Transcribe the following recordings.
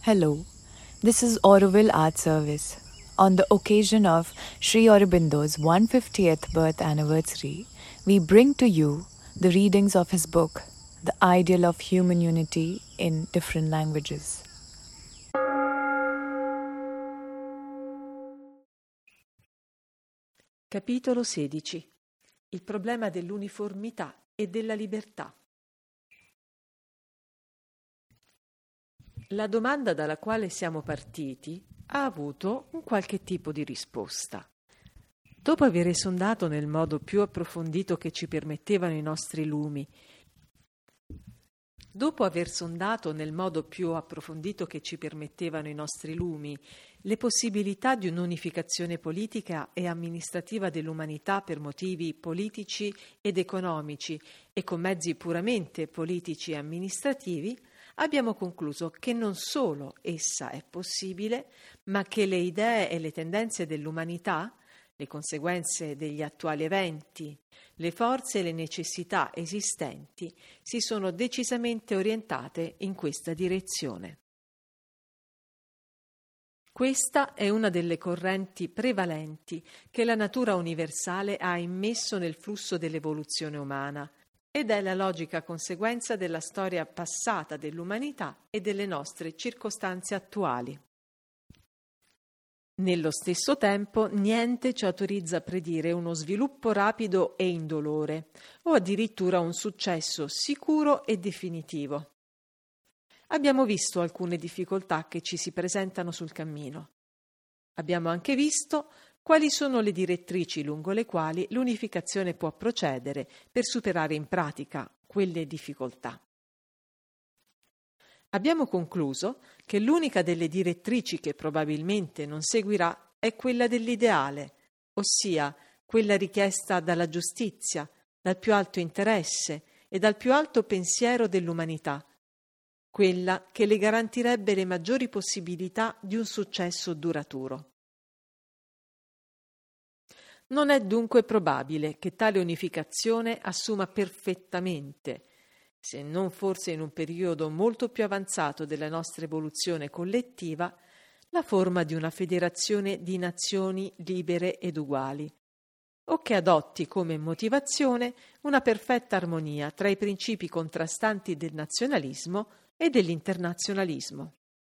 Hello, this is Auroville Art Service. On the occasion of Sri Aurobindo's 150th birth anniversary, we bring to you the readings of his book, The Ideal of Human Unity in Different Languages. Capitolo 16. Il problema dell'uniformità e della libertà. La domanda dalla quale siamo partiti ha avuto un qualche tipo di risposta. Dopo aver sondato nel modo più approfondito che ci permettevano i nostri lumi, le possibilità di un'unificazione politica e amministrativa dell'umanità per motivi politici ed economici e con mezzi puramente politici e amministrativi, abbiamo concluso che non solo essa è possibile, ma che le idee e le tendenze dell'umanità, le conseguenze degli attuali eventi, le forze e le necessità esistenti si sono decisamente orientate in questa direzione. Questa è una delle correnti prevalenti che la natura universale ha immesso nel flusso dell'evoluzione umana ed è la logica conseguenza della storia passata dell'umanità e delle nostre circostanze attuali. Nello stesso tempo, niente ci autorizza a predire uno sviluppo rapido e indolore, o addirittura un successo sicuro e definitivo. Abbiamo visto alcune difficoltà che ci si presentano sul cammino. Abbiamo anche visto quali sono le direttrici lungo le quali l'unificazione può procedere per superare in pratica quelle difficoltà. Abbiamo concluso che l'unica delle direttrici che probabilmente non seguirà è quella dell'ideale, ossia quella richiesta dalla giustizia, dal più alto interesse e dal più alto pensiero dell'umanità, quella che le garantirebbe le maggiori possibilità di un successo duraturo. Non è dunque probabile che tale unificazione assuma perfettamente, se non forse in un periodo molto più avanzato della nostra evoluzione collettiva, la forma di una federazione di nazioni libere ed uguali, o che adotti come motivazione una perfetta armonia tra i principi contrastanti del nazionalismo e dell'internazionalismo.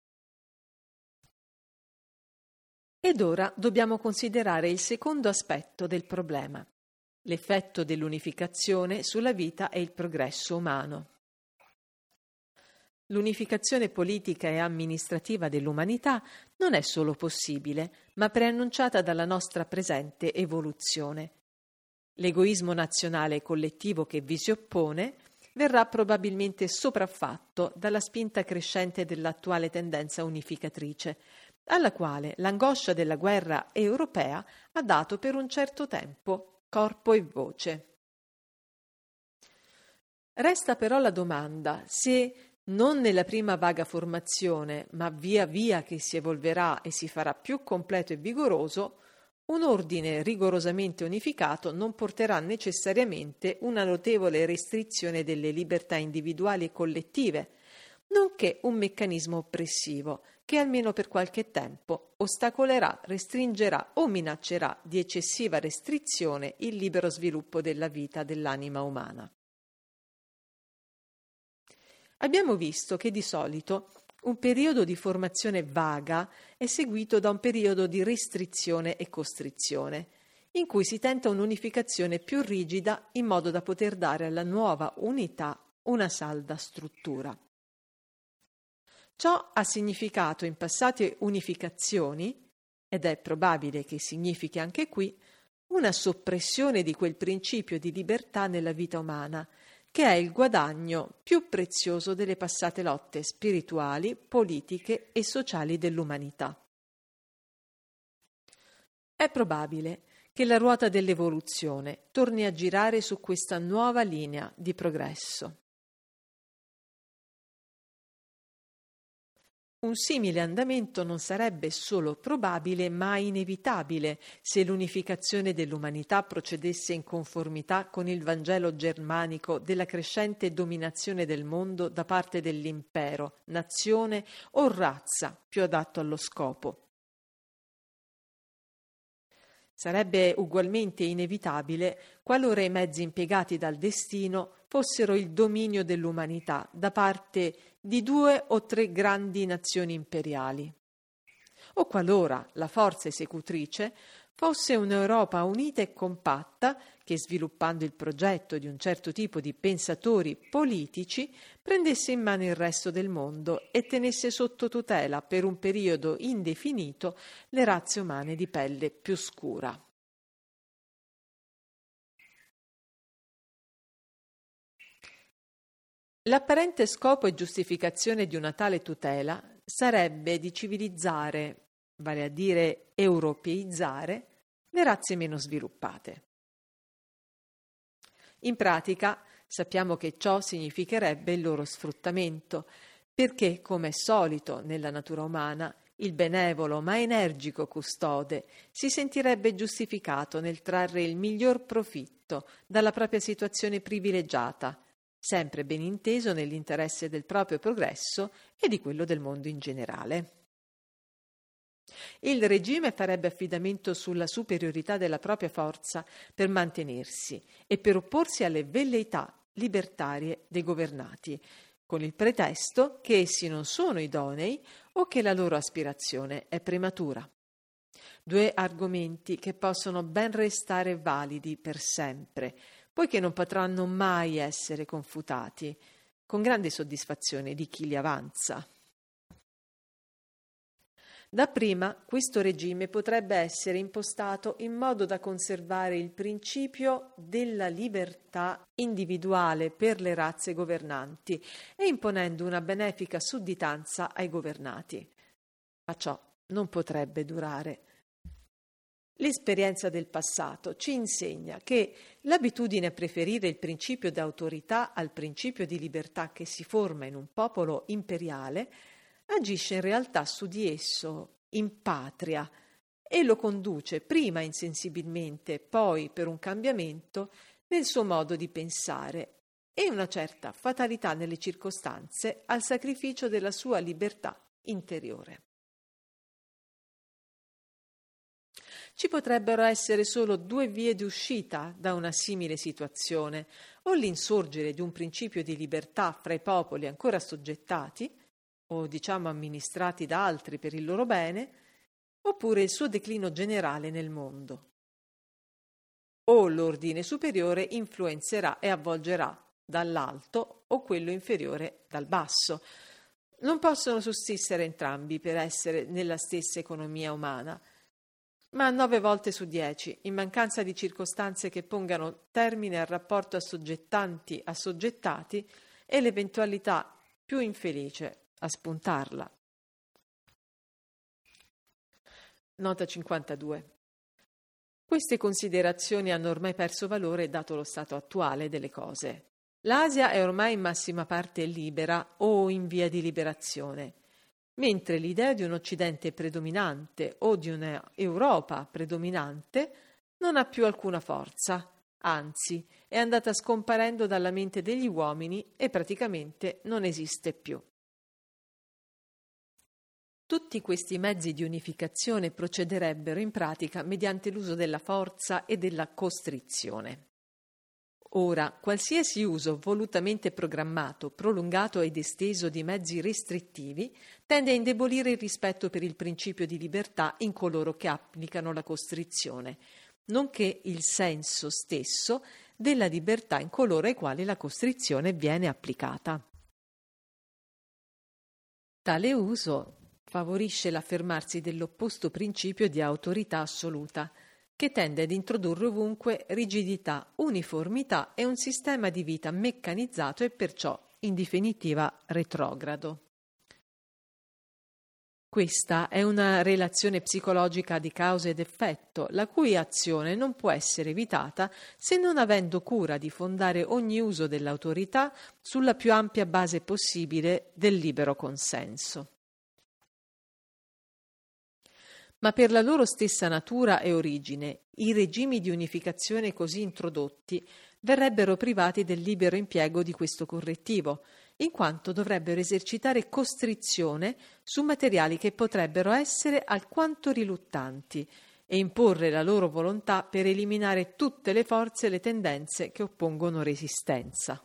Ed ora dobbiamo considerare il secondo aspetto del problema, l'effetto dell'unificazione sulla vita e il progresso umano. L'unificazione politica e amministrativa dell'umanità non è solo possibile, ma preannunciata dalla nostra presente evoluzione. L'egoismo nazionale e collettivo che vi si oppone verrà probabilmente sopraffatto dalla spinta crescente dell'attuale tendenza unificatrice, alla quale l'angoscia della guerra europea ha dato per un certo tempo corpo e voce. Resta però la domanda se, non nella prima vaga formazione, ma via via che si evolverà e si farà più completo e vigoroso, un ordine rigorosamente unificato non porterà necessariamente una notevole restrizione delle libertà individuali e collettive, nonché un meccanismo oppressivo che almeno per qualche tempo ostacolerà, restringerà o minaccerà di eccessiva restrizione il libero sviluppo della vita dell'anima umana. Abbiamo visto che di solito un periodo di formazione vaga è seguito da un periodo di restrizione e costrizione, in cui si tenta un'unificazione più rigida in modo da poter dare alla nuova unità una salda struttura. Ciò ha significato in passate unificazioni, ed è probabile che significhi anche qui, una soppressione di quel principio di libertà nella vita umana, che è il guadagno più prezioso delle passate lotte spirituali, politiche e sociali dell'umanità. È probabile che la ruota dell'evoluzione torni a girare su questa nuova linea di progresso. Un simile andamento non sarebbe solo probabile, ma inevitabile se l'unificazione dell'umanità procedesse in conformità con il Vangelo germanico della crescente dominazione del mondo da parte dell'impero, nazione o razza più adatto allo scopo. Sarebbe ugualmente inevitabile qualora i mezzi impiegati dal destino fossero il dominio dell'umanità da parte di 2 o 3 grandi nazioni imperiali, o qualora la forza esecutrice fosse un'Europa unita e compatta che, sviluppando il progetto di un certo tipo di pensatori politici, prendesse in mano il resto del mondo e tenesse sotto tutela per un periodo indefinito le razze umane di pelle più scura. L'apparente scopo e giustificazione di una tale tutela sarebbe di civilizzare, vale a dire europeizzare, le razze meno sviluppate. In pratica sappiamo che ciò significherebbe il loro sfruttamento, perché, come è solito nella natura umana, il benevolo ma energico custode si sentirebbe giustificato nel trarre il miglior profitto dalla propria situazione privilegiata, sempre ben inteso nell'interesse del proprio progresso e di quello del mondo in generale. Il regime farebbe affidamento sulla superiorità della propria forza per mantenersi e per opporsi alle velleità libertarie dei governati, con il pretesto che essi non sono idonei o che la loro aspirazione è prematura. 2 argomenti che possono ben restare validi per sempre, poiché non potranno mai essere confutati, con grande soddisfazione di chi li avanza. Dapprima, questo regime potrebbe essere impostato in modo da conservare il principio della libertà individuale per le razze governanti e imponendo una benefica sudditanza ai governati. Ma ciò non potrebbe durare. L'esperienza del passato ci insegna che l'abitudine a preferire il principio di autorità al principio di libertà che si forma in un popolo imperiale agisce in realtà su di esso, in patria, e lo conduce prima insensibilmente, poi per un cambiamento nel suo modo di pensare e una certa fatalità nelle circostanze al sacrificio della sua libertà interiore. Ci potrebbero essere solo 2 vie di uscita da una simile situazione, o l'insorgere di un principio di libertà fra i popoli ancora assoggettati, o diciamo amministrati da altri per il loro bene, oppure il suo declino generale nel mondo. O l'ordine superiore influenzerà e avvolgerà dall'alto o quello inferiore dal basso. Non possono sussistere entrambi per essere nella stessa economia umana, ma 9 volte su 10, in mancanza di circostanze che pongano termine al rapporto assoggettanti-assoggettati, è l'eventualità più infelice a spuntarla. Nota 52. Queste considerazioni hanno ormai perso valore dato lo stato attuale delle cose. L'Asia è ormai in massima parte libera o in via di liberazione, mentre l'idea di un Occidente predominante o di un'Europa predominante non ha più alcuna forza, anzi è andata scomparendo dalla mente degli uomini e praticamente non esiste più. Tutti questi mezzi di unificazione procederebbero in pratica mediante l'uso della forza e della costrizione. Ora, qualsiasi uso volutamente programmato, prolungato ed esteso di mezzi restrittivi tende a indebolire il rispetto per il principio di libertà in coloro che applicano la costrizione, nonché il senso stesso della libertà in coloro ai quali la costrizione viene applicata. Tale uso favorisce l'affermarsi dell'opposto principio di autorità assoluta, che tende ad introdurre ovunque rigidità, uniformità e un sistema di vita meccanizzato e perciò, in definitiva, retrogrado. Questa è una relazione psicologica di causa ed effetto, la cui azione non può essere evitata se non avendo cura di fondare ogni uso dell'autorità sulla più ampia base possibile del libero consenso. Ma per la loro stessa natura e origine, i regimi di unificazione così introdotti verrebbero privati del libero impiego di questo correttivo, in quanto dovrebbero esercitare costrizione su materiali che potrebbero essere alquanto riluttanti e imporre la loro volontà per eliminare tutte le forze e le tendenze che oppongono resistenza.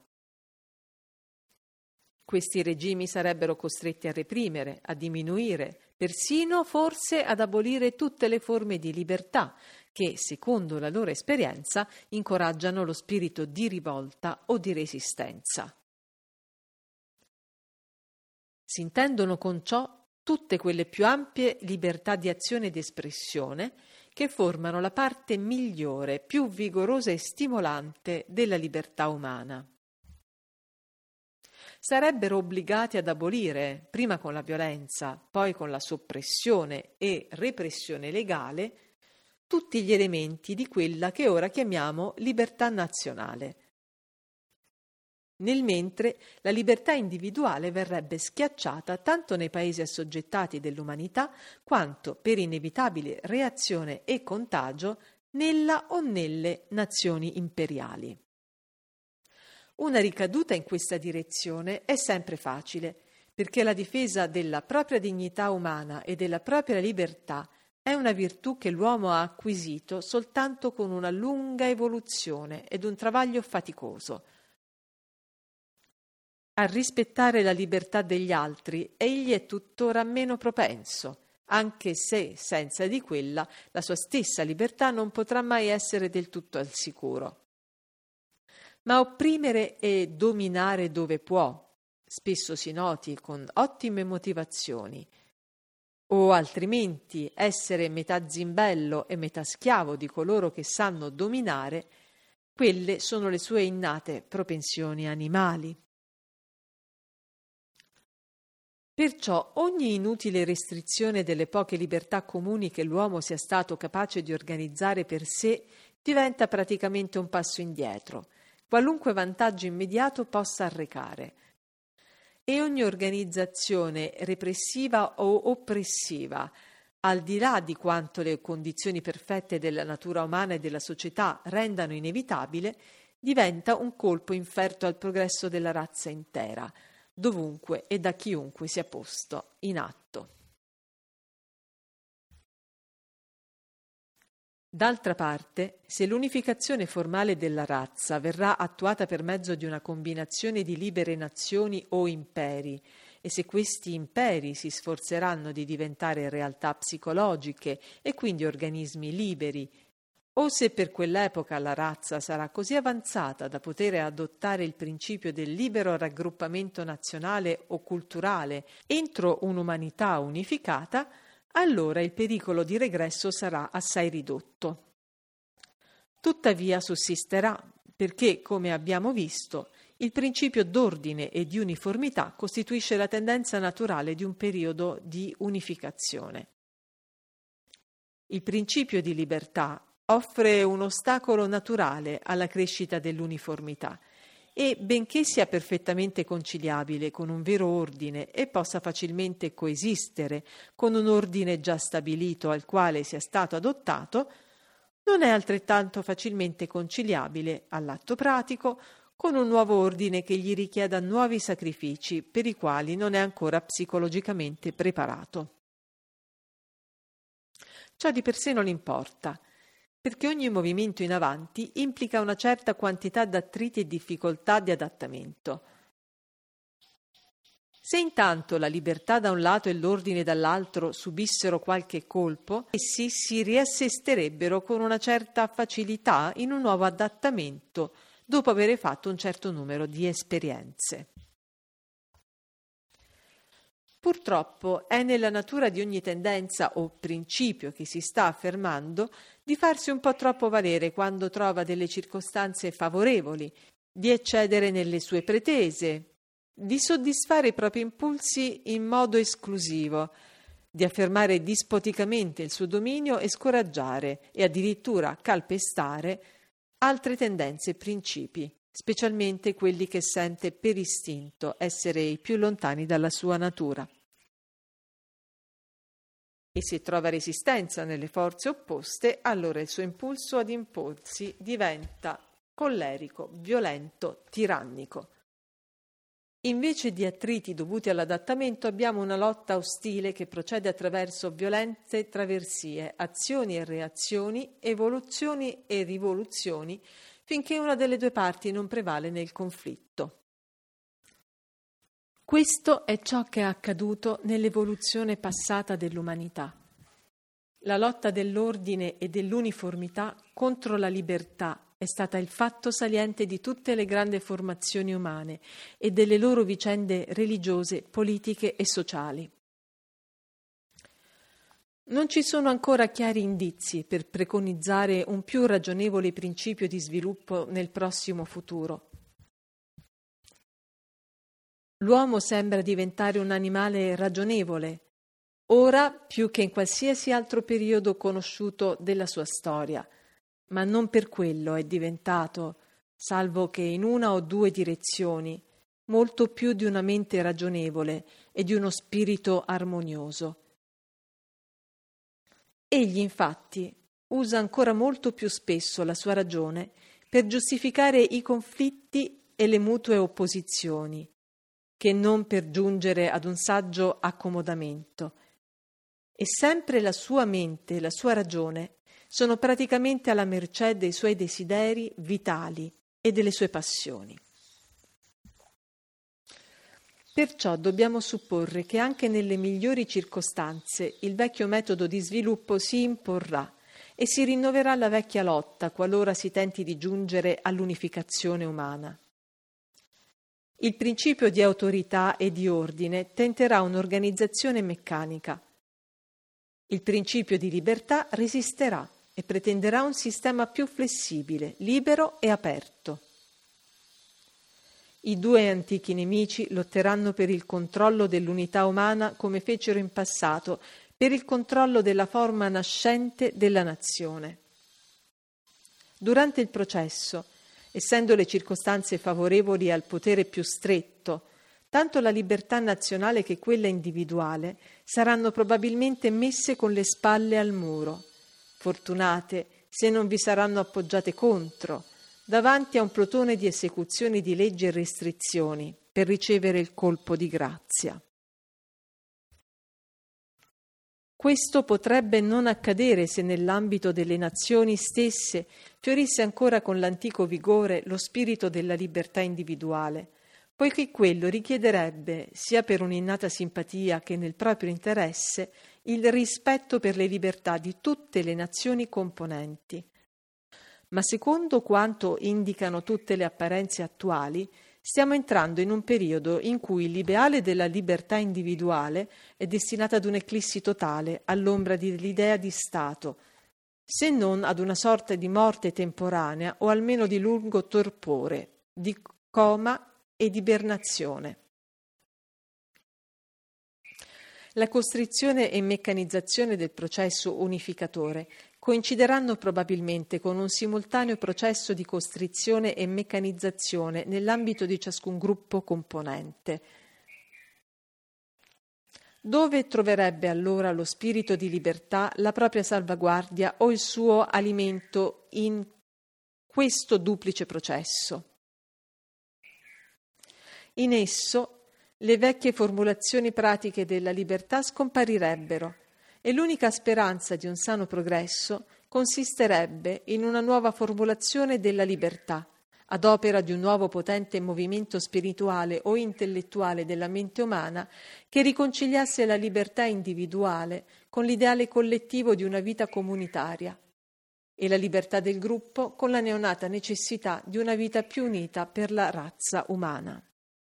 Questi regimi sarebbero costretti a reprimere, a diminuire, persino forse ad abolire tutte le forme di libertà che, secondo la loro esperienza, incoraggiano lo spirito di rivolta o di resistenza. Si intendono con ciò tutte quelle più ampie libertà di azione e di espressione che formano la parte migliore, più vigorosa e stimolante della libertà umana. Sarebbero obbligati ad abolire, prima con la violenza, poi con la soppressione e repressione legale, tutti gli elementi di quella che ora chiamiamo libertà nazionale. Nel mentre la libertà individuale verrebbe schiacciata tanto nei paesi assoggettati dell'umanità quanto, per inevitabile reazione e contagio, nella o nelle nazioni imperiali. Una ricaduta in questa direzione è sempre facile, perché la difesa della propria dignità umana e della propria libertà è una virtù che l'uomo ha acquisito soltanto con una lunga evoluzione ed un travaglio faticoso. A rispettare la libertà degli altri egli è tuttora meno propenso, anche se senza di quella la sua stessa libertà non potrà mai essere del tutto al sicuro. Ma opprimere e dominare dove può, spesso si noti con ottime motivazioni, o altrimenti essere metà zimbello e metà schiavo di coloro che sanno dominare, quelle sono le sue innate propensioni animali. Perciò ogni inutile restrizione delle poche libertà comuni che l'uomo sia stato capace di organizzare per sé diventa praticamente un passo indietro, qualunque vantaggio immediato possa arrecare. E ogni organizzazione repressiva o oppressiva, al di là di quanto le condizioni perfette della natura umana e della società rendano inevitabile, diventa un colpo inferto al progresso della razza intera, dovunque e da chiunque sia posto in atto. D'altra parte, se l'unificazione formale della razza verrà attuata per mezzo di una combinazione di libere nazioni o imperi, e se questi imperi si sforzeranno di diventare realtà psicologiche e quindi organismi liberi, o se per quell'epoca la razza sarà così avanzata da poter adottare il principio del libero raggruppamento nazionale o culturale entro un'umanità unificata, allora il pericolo di regresso sarà assai ridotto. Tuttavia sussisterà, perché, come abbiamo visto, il principio d'ordine e di uniformità costituisce la tendenza naturale di un periodo di unificazione. Il principio di libertà offre un ostacolo naturale alla crescita dell'uniformità e, benché sia perfettamente conciliabile con un vero ordine e possa facilmente coesistere con un ordine già stabilito al quale sia stato adottato, non è altrettanto facilmente conciliabile, all'atto pratico, con un nuovo ordine che gli richieda nuovi sacrifici per i quali non è ancora psicologicamente preparato. Ciò di per sé non importa, perché ogni movimento in avanti implica una certa quantità d'attriti e difficoltà di adattamento. Se intanto la libertà da un lato e l'ordine dall'altro subissero qualche colpo, essi si riassesterebbero con una certa facilità in un nuovo adattamento, dopo aver fatto un certo numero di esperienze. Purtroppo è nella natura di ogni tendenza o principio che si sta affermando di farsi un po' troppo valere quando trova delle circostanze favorevoli, di eccedere nelle sue pretese, di soddisfare i propri impulsi in modo esclusivo, di affermare dispoticamente il suo dominio e scoraggiare e addirittura calpestare altre tendenze e principi, specialmente quelli che sente per istinto essere i più lontani dalla sua natura. E se trova resistenza nelle forze opposte, allora il suo impulso ad imporsi diventa collerico, violento, tirannico. Invece di attriti dovuti all'adattamento, abbiamo una lotta ostile che procede attraverso violente traversie, azioni e reazioni, evoluzioni e rivoluzioni, finché una delle due parti non prevale nel conflitto. Questo è ciò che è accaduto nell'evoluzione passata dell'umanità. La lotta dell'ordine e dell'uniformità contro la libertà è stata il fatto saliente di tutte le grandi formazioni umane e delle loro vicende religiose, politiche e sociali. Non ci sono ancora chiari indizi per preconizzare un più ragionevole principio di sviluppo nel prossimo futuro. L'uomo sembra diventare un animale ragionevole, ora più che in qualsiasi altro periodo conosciuto della sua storia, ma non per quello è diventato, salvo che in una o due direzioni, molto più di una mente ragionevole e di uno spirito armonioso. Egli, infatti, usa ancora molto più spesso la sua ragione per giustificare i conflitti e le mutue opposizioni, che non per giungere ad un saggio accomodamento. E sempre la sua mente e la sua ragione sono praticamente alla mercé dei suoi desideri vitali e delle sue passioni. Perciò dobbiamo supporre che anche nelle migliori circostanze il vecchio metodo di sviluppo si imporrà e si rinnoverà la vecchia lotta qualora si tenti di giungere all'unificazione umana. Il principio di autorità e di ordine tenterà un'organizzazione meccanica. Il principio di libertà resisterà e pretenderà un sistema più flessibile, libero e aperto. I due antichi nemici lotteranno per il controllo dell'unità umana come fecero in passato per il controllo della forma nascente della nazione. Durante il processo, essendo le circostanze favorevoli al potere più stretto, tanto la libertà nazionale che quella individuale saranno probabilmente messe con le spalle al muro, fortunate se non vi saranno appoggiate contro, davanti a un plotone di esecuzioni di leggi e restrizioni per ricevere il colpo di grazia. Questo potrebbe non accadere se nell'ambito delle nazioni stesse fiorisse ancora con l'antico vigore lo spirito della libertà individuale, poiché quello richiederebbe, sia per un'innata simpatia che nel proprio interesse, il rispetto per le libertà di tutte le nazioni componenti. Ma secondo quanto indicano tutte le apparenze attuali, stiamo entrando in un periodo in cui l'ideale della libertà individuale è destinato ad un'eclissi totale all'ombra dell'idea di Stato, se non ad una sorta di morte temporanea o almeno di lungo torpore, di coma e di ibernazione. La costrizione e meccanizzazione del processo unificatore coincideranno probabilmente con un simultaneo processo di costrizione e meccanizzazione nell'ambito di ciascun gruppo componente. Dove troverebbe allora lo spirito di libertà la propria salvaguardia o il suo alimento in questo duplice processo? In esso le vecchie formulazioni pratiche della libertà scomparirebbero e l'unica speranza di un sano progresso consisterebbe in una nuova formulazione della libertà, ad opera di un nuovo potente movimento spirituale o intellettuale della mente umana che riconciliasse la libertà individuale con l'ideale collettivo di una vita comunitaria e la libertà del gruppo con la neonata necessità di una vita più unita per la razza umana.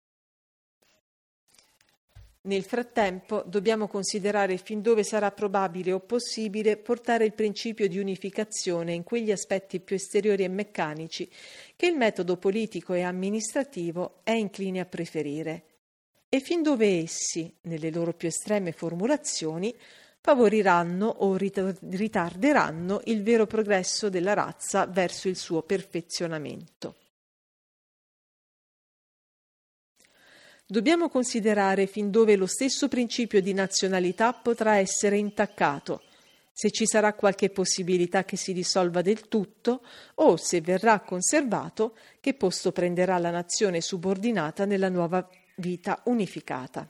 Nel frattempo dobbiamo considerare fin dove sarà probabile o possibile portare il principio di unificazione in quegli aspetti più esteriori e meccanici che il metodo politico e amministrativo è incline a preferire, e fin dove essi, nelle loro più estreme formulazioni, favoriranno o ritarderanno il vero progresso della razza verso il suo perfezionamento. Dobbiamo considerare fin dove lo stesso principio di nazionalità potrà essere intaccato, se ci sarà qualche possibilità che si dissolva del tutto o se verrà conservato che posto prenderà la nazione subordinata nella nuova vita unificata.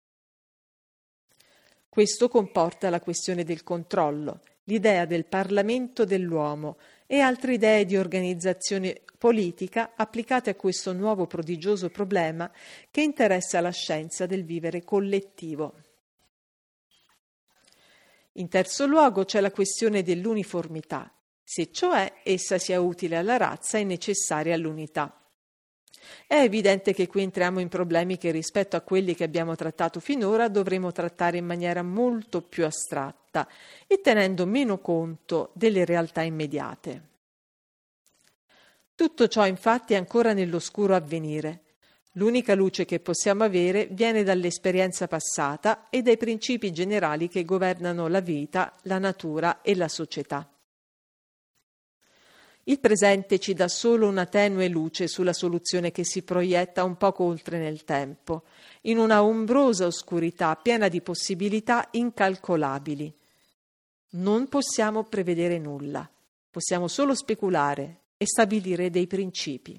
Questo comporta la questione del controllo, l'idea del Parlamento dell'uomo e altre idee di organizzazione politica applicate a questo nuovo prodigioso problema che interessa la scienza del vivere collettivo. In terzo luogo c'è la questione dell'uniformità, se cioè essa sia utile alla razza e necessaria all'unità. È evidente che qui entriamo in problemi che rispetto a quelli che abbiamo trattato finora dovremo trattare in maniera molto più astratta e tenendo meno conto delle realtà immediate. Tutto ciò infatti è ancora nell'oscuro avvenire. L'unica luce che possiamo avere viene dall'esperienza passata e dai principi generali che governano la vita, la natura e la società. Il presente ci dà solo una tenue luce sulla soluzione che si proietta un poco oltre nel tempo, in una ombrosa oscurità piena di possibilità incalcolabili. Non possiamo prevedere nulla, possiamo solo speculare e stabilire dei principi.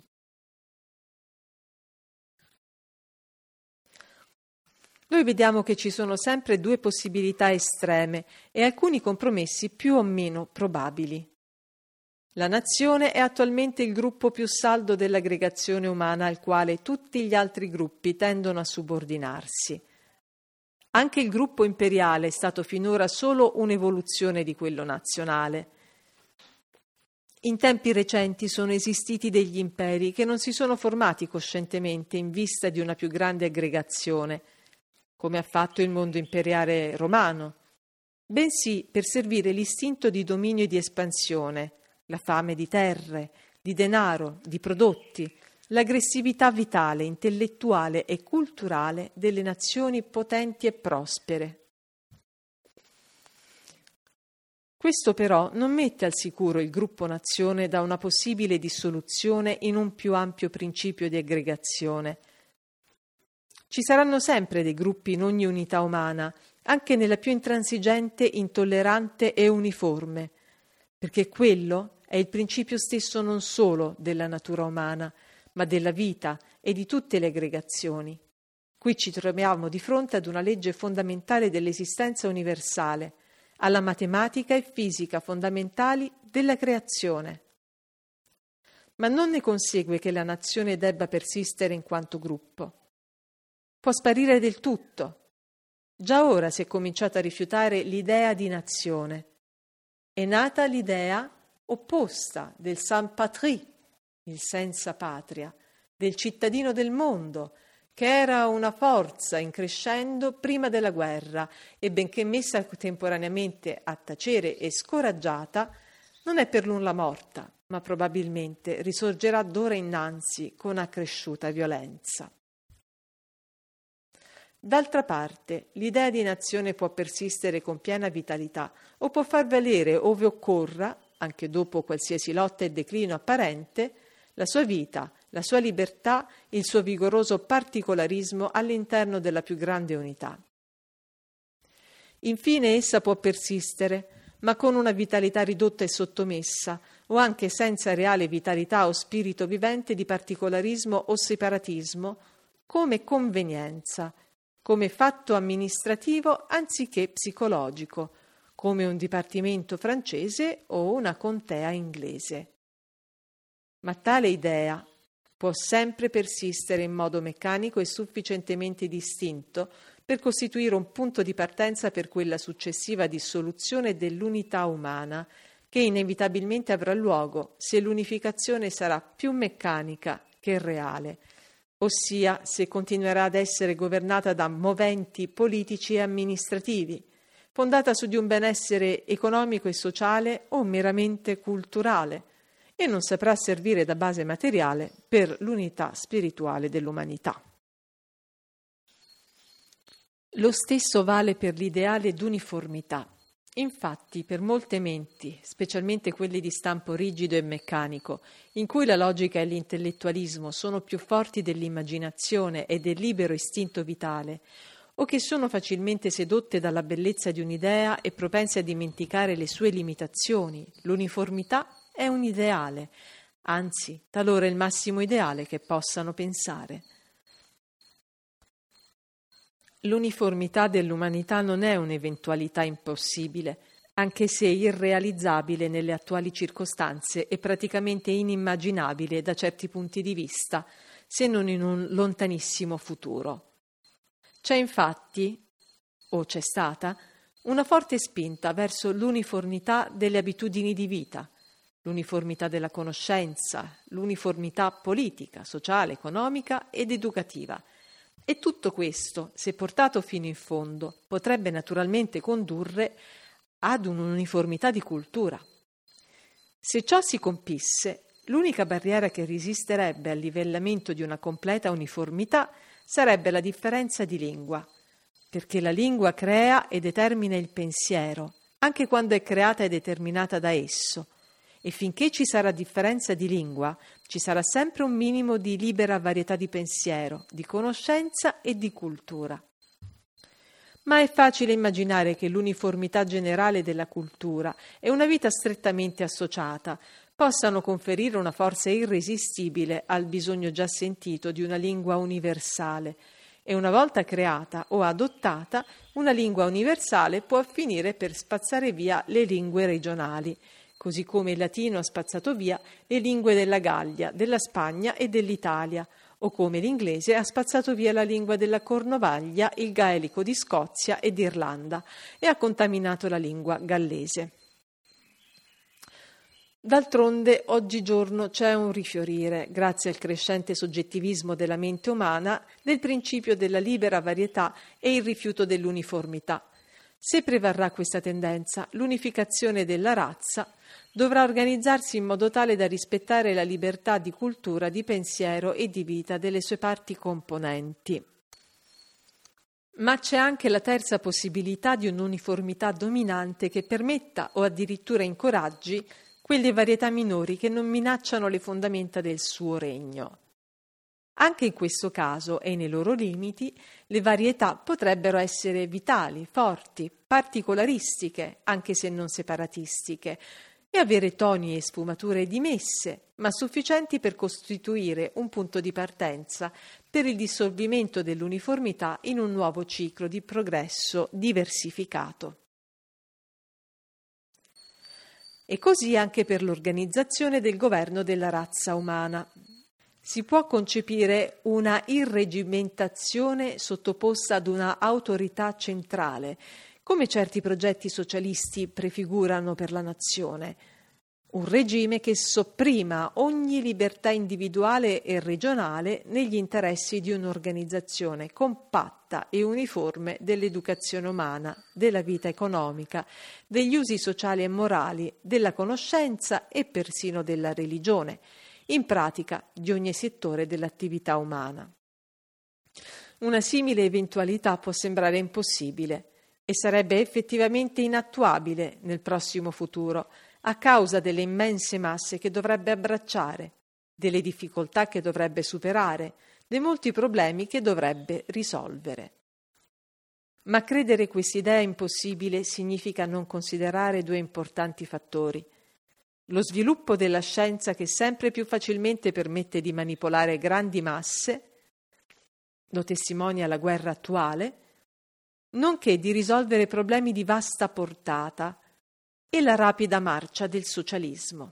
Noi vediamo che ci sono sempre due possibilità estreme e alcuni compromessi più o meno probabili. La nazione è attualmente il gruppo più saldo dell'aggregazione umana al quale tutti gli altri gruppi tendono a subordinarsi. Anche il gruppo imperiale è stato finora solo un'evoluzione di quello nazionale. In tempi recenti sono esistiti degli imperi che non si sono formati coscientemente in vista di una più grande aggregazione, come ha fatto il mondo imperiale romano, bensì per servire l'istinto di dominio e di espansione, la fame di terre, di denaro, di prodotti, l'aggressività vitale, intellettuale e culturale delle nazioni potenti e prospere. Questo però non mette al sicuro il gruppo nazione da una possibile dissoluzione in un più ampio principio di aggregazione. Ci saranno sempre dei gruppi in ogni unità umana, anche nella più intransigente, intollerante e uniforme, perché quello è il principio stesso non solo della natura umana, ma della vita e di tutte le aggregazioni. Qui ci troviamo di fronte ad una legge fondamentale dell'esistenza universale, alla matematica e fisica fondamentali della creazione. Ma non ne consegue che la nazione debba persistere in quanto gruppo. Può sparire del tutto. Già ora si è cominciato a rifiutare l'idea di nazione. È nata l'idea opposta del sans patrie, il senza patria, del cittadino del mondo, che era una forza in crescendo prima della guerra e benché messa temporaneamente a tacere e scoraggiata, non è per nulla morta, ma probabilmente risorgerà d'ora innanzi con accresciuta violenza. D'altra parte, l'idea di nazione può persistere con piena vitalità o può far valere ove occorra, anche dopo qualsiasi lotta e declino apparente, la sua vita, la sua libertà, il suo vigoroso particolarismo all'interno della più grande unità. Infine essa può persistere, ma con una vitalità ridotta e sottomessa, o anche senza reale vitalità o spirito vivente di particolarismo o separatismo, come convenienza, come fatto amministrativo anziché psicologico, come un dipartimento francese o una contea inglese. Ma tale idea può sempre persistere in modo meccanico e sufficientemente distinto per costituire un punto di partenza per quella successiva dissoluzione dell'unità umana che inevitabilmente avrà luogo se l'unificazione sarà più meccanica che reale, ossia se continuerà ad essere governata da moventi politici e amministrativi, fondata su di un benessere economico e sociale o meramente culturale, e non saprà servire da base materiale per l'unità spirituale dell'umanità. Lo stesso vale per l'ideale d'uniformità. Infatti, per molte menti, specialmente quelle di stampo rigido e meccanico, in cui la logica e l'intellettualismo sono più forti dell'immaginazione e del libero istinto vitale, o che sono facilmente sedotte dalla bellezza di un'idea e propense a dimenticare le sue limitazioni, l'uniformità è un ideale, anzi, talora il massimo ideale che possano pensare. L'uniformità dell'umanità non è un'eventualità impossibile, anche se irrealizzabile nelle attuali circostanze e praticamente inimmaginabile da certi punti di vista, se non in un lontanissimo futuro. C'è infatti, o c'è stata, una forte spinta verso l'uniformità delle abitudini di vita, l'uniformità della conoscenza, l'uniformità politica, sociale, economica ed educativa. E tutto questo, se portato fino in fondo, potrebbe naturalmente condurre ad un'uniformità di cultura. Se ciò si compisse, l'unica barriera che resisterebbe al livellamento di una completa uniformità sarebbe la differenza di lingua, perché la lingua crea e determina il pensiero, anche quando è creata e determinata da esso, e finché ci sarà differenza di lingua, ci sarà sempre un minimo di libera varietà di pensiero, di conoscenza e di cultura. Ma è facile immaginare che l'uniformità generale della cultura e una vita strettamente associata possano conferire una forza irresistibile al bisogno già sentito di una lingua universale, e una volta creata o adottata, una lingua universale può finire per spazzare via le lingue regionali, così come il latino ha spazzato via le lingue della Gallia, della Spagna e dell'Italia, o come l'inglese ha spazzato via la lingua della Cornovaglia, il gaelico di Scozia e d'Irlanda e ha contaminato la lingua gallese. D'altronde, oggigiorno c'è un rifiorire, grazie al crescente soggettivismo della mente umana, del principio della libera varietà e il rifiuto dell'uniformità. Se prevarrà questa tendenza, l'unificazione della razza dovrà organizzarsi in modo tale da rispettare la libertà di cultura, di pensiero e di vita delle sue parti componenti. Ma c'è anche la terza possibilità di un'uniformità dominante che permetta o addirittura incoraggi quelle varietà minori che non minacciano le fondamenta del suo regno. Anche in questo caso e nei loro limiti, le varietà potrebbero essere vitali, forti, particolaristiche, anche se non separatistiche, e avere toni e sfumature dimesse, ma sufficienti per costituire un punto di partenza per il dissolvimento dell'uniformità in un nuovo ciclo di progresso diversificato. E così anche per l'organizzazione del governo della razza umana. Si può concepire una irregimentazione sottoposta ad una autorità centrale, come certi progetti socialisti prefigurano per la nazione. Un regime che sopprima ogni libertà individuale e regionale negli interessi di un'organizzazione compatta e uniforme dell'educazione umana, della vita economica, degli usi sociali e morali, della conoscenza e persino della religione, in pratica di ogni settore dell'attività umana. Una simile eventualità può sembrare impossibile e sarebbe effettivamente inattuabile nel prossimo futuro a causa delle immense masse che dovrebbe abbracciare, delle difficoltà che dovrebbe superare, dei molti problemi che dovrebbe risolvere. Ma credere quest'idea impossibile significa non considerare due importanti fattori: lo sviluppo della scienza che sempre più facilmente permette di manipolare grandi masse, lo testimonia la guerra attuale, nonché di risolvere problemi di vasta portata, e la rapida marcia del socialismo.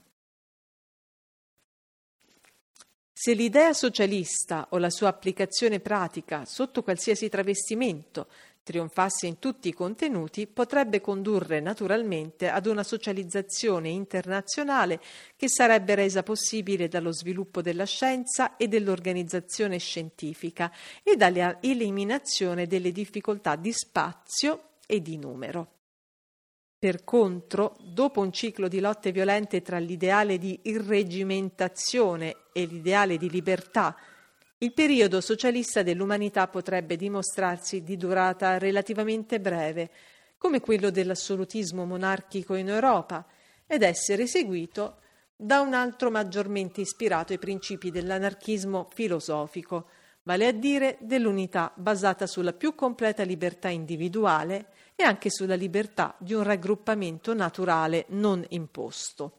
Se l'idea socialista o la sua applicazione pratica, sotto qualsiasi travestimento, trionfasse in tutti i contenuti, potrebbe condurre naturalmente ad una socializzazione internazionale che sarebbe resa possibile dallo sviluppo della scienza e dell'organizzazione scientifica e dalla eliminazione delle difficoltà di spazio e di numero. Per contro, dopo un ciclo di lotte violente tra l'ideale di irregimentazione e l'ideale di libertà, il periodo socialista dell'umanità potrebbe dimostrarsi di durata relativamente breve, come quello dell'assolutismo monarchico in Europa, ed essere seguito da un altro maggiormente ispirato ai principi dell'anarchismo filosofico, vale a dire dell'unità basata sulla più completa libertà individuale e anche sulla libertà di un raggruppamento naturale non imposto.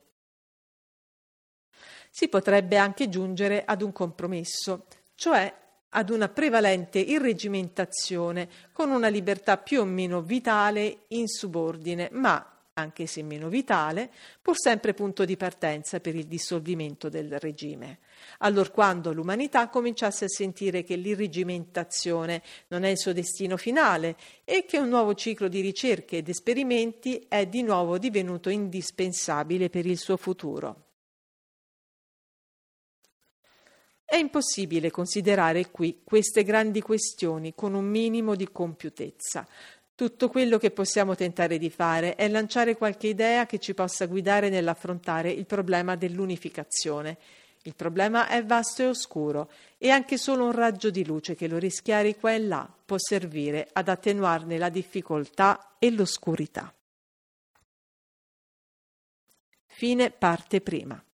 Si potrebbe anche giungere ad un compromesso, cioè ad una prevalente irregimentazione con una libertà più o meno vitale in subordine, ma, anche se meno vitale, pur sempre punto di partenza per il dissolvimento del regime. Allorquando l'umanità cominciasse a sentire che l'irregimentazione non è il suo destino finale e che un nuovo ciclo di ricerche ed esperimenti è di nuovo divenuto indispensabile per il suo futuro. È impossibile considerare qui queste grandi questioni con un minimo di compiutezza. Tutto quello che possiamo tentare di fare è lanciare qualche idea che ci possa guidare nell'affrontare il problema dell'unificazione. Il problema è vasto e oscuro e anche solo un raggio di luce che lo rischiari qua e là può servire ad attenuarne la difficoltà e l'oscurità. Fine parte prima.